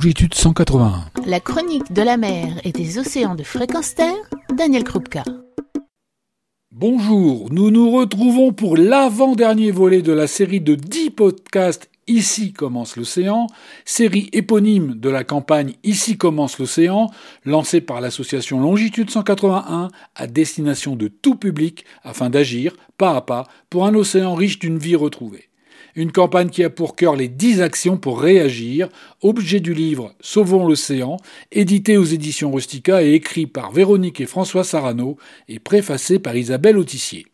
longitude 181. La chronique de la mer et des océans de Fréquence Terre, Daniel Krupka. Bonjour, nous nous retrouvons pour l'avant-dernier volet de la série de 10 podcasts Ici commence l'océan, série éponyme de la campagne Ici commence l'océan, lancée par l'association Longitude 181 à destination de tout public afin d'agir, pas à pas, pour un océan riche d'une vie retrouvée. Une campagne qui a pour cœur les 10 actions pour réagir, objet du livre Sauvons l'océan, édité aux éditions Rustica et écrit par Véronique et François Sarano et préfacé par Isabelle Autissier.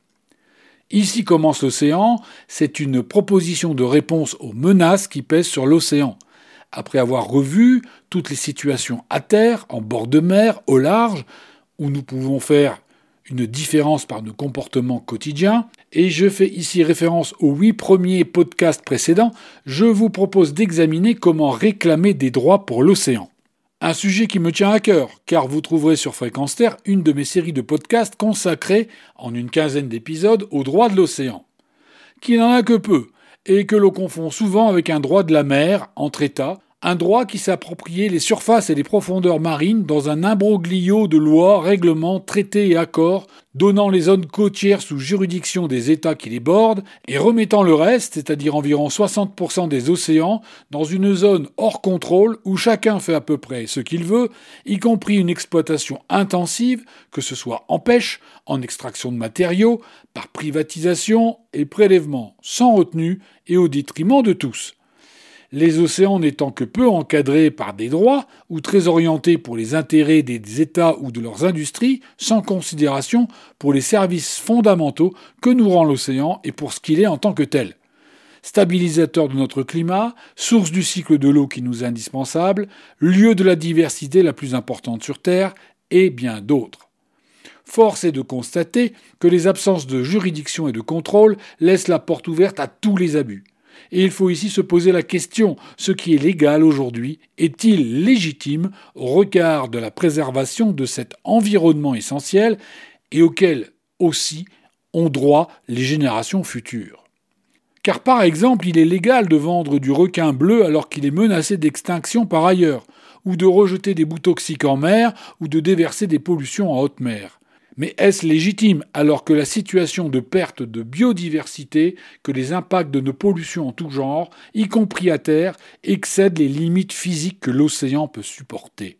Ici commence l'océan, c'est une proposition de réponse aux menaces qui pèsent sur l'océan. Après avoir revu toutes les situations à terre, en bord de mer, au large, où nous pouvons faire une différence par nos comportements quotidiens, et je fais ici référence aux 8 premiers podcasts précédents, je vous propose d'examiner comment réclamer des droits pour l'océan. Un sujet qui me tient à cœur, car vous trouverez sur Fréquence Terre une de mes séries de podcasts consacrées, en une quinzaine d'épisodes, aux droits de l'océan. Qui n'en a que peu, et que l'on confond souvent avec un droit de la mer, entre États, un droit qui s'appropriait les surfaces et les profondeurs marines dans un imbroglio de lois, règlements, traités et accords, donnant les zones côtières sous juridiction des États qui les bordent et remettant le reste, c'est-à-dire environ 60% des océans, dans une zone hors contrôle où chacun fait à peu près ce qu'il veut, y compris une exploitation intensive, que ce soit en pêche, en extraction de matériaux, par privatisation et prélèvement sans retenue et au détriment de tous. Les océans n'étant que peu encadrés par des droits ou très orientés pour les intérêts des États ou de leurs industries, sans considération pour les services fondamentaux que nous rend l'océan et pour ce qu'il est en tant que tel. Stabilisateur de notre climat, source du cycle de l'eau qui nous est indispensable, lieu de la diversité la plus importante sur Terre, et bien d'autres. Force est de constater que les absences de juridiction et de contrôle laissent la porte ouverte à tous les abus. Et il faut ici se poser la question, ce qui est légal aujourd'hui est-il légitime au regard de la préservation de cet environnement essentiel et auquel aussi ont droit les générations futures? Car par exemple, il est légal de vendre du requin bleu alors qu'il est menacé d'extinction par ailleurs, ou de rejeter des boues toxiques en mer, ou de déverser des pollutions en haute mer. Mais est-ce légitime alors que la situation de perte de biodiversité, que les impacts de nos pollutions en tout genre, y compris à terre, excèdent les limites physiques que l'océan peut supporter?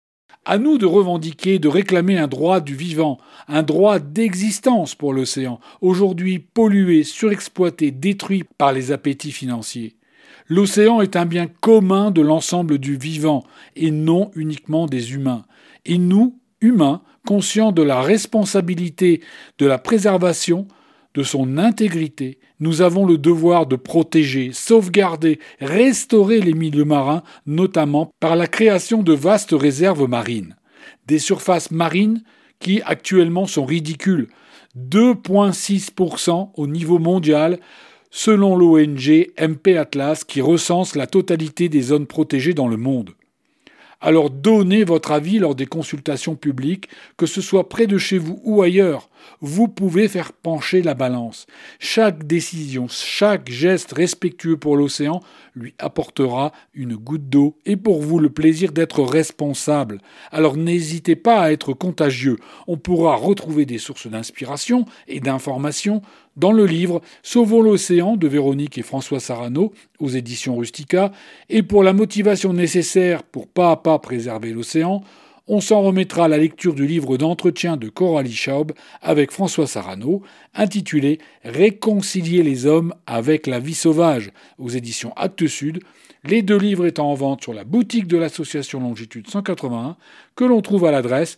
À nous de revendiquer, de réclamer un droit du vivant, un droit d'existence pour l'océan, aujourd'hui pollué, surexploité, détruit par les appétits financiers. L'océan est un bien commun de l'ensemble du vivant, et non uniquement des humains. Et nous, humains, conscients de la responsabilité de la préservation, de son intégrité, nous avons le devoir de protéger, sauvegarder, restaurer les milieux marins, notamment par la création de vastes réserves marines. Des surfaces marines qui actuellement sont ridicules, 2,6% au niveau mondial, selon l'ONG MP Atlas qui recense la totalité des zones protégées dans le monde. Alors donnez votre avis lors des consultations publiques, que ce soit près de chez vous ou ailleurs. Vous pouvez faire pencher la balance. Chaque décision, chaque geste respectueux pour l'océan lui apportera une goutte d'eau et pour vous le plaisir d'être responsable. Alors n'hésitez pas à être contagieux. On pourra retrouver des sources d'inspiration et d'information dans le livre Sauvons l'océan de Véronique et François Sarano aux éditions Rustica, et pour la motivation nécessaire pour pas à pas préserver l'océan, on s'en remettra à la lecture du livre d'entretien de Coralie Schaub avec François Sarano, intitulé Réconcilier les hommes avec la vie sauvage aux éditions Actes Sud, les 2 livres étant en vente sur la boutique de l'association Longitude 181, que l'on trouve à l'adresse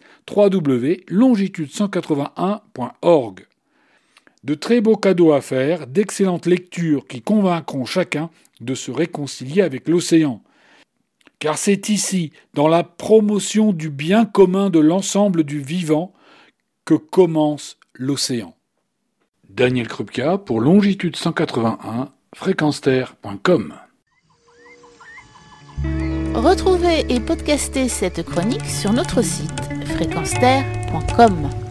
www.longitude181.org. De très beaux cadeaux à faire, d'excellentes lectures qui convaincront chacun de se réconcilier avec l'océan. Car c'est ici, dans la promotion du bien commun de l'ensemble du vivant, que commence l'océan. Daniel Krupka pour Longitude 181, fréquenceterre.com. Retrouvez et podcastez cette chronique sur notre site fréquenceterre.com.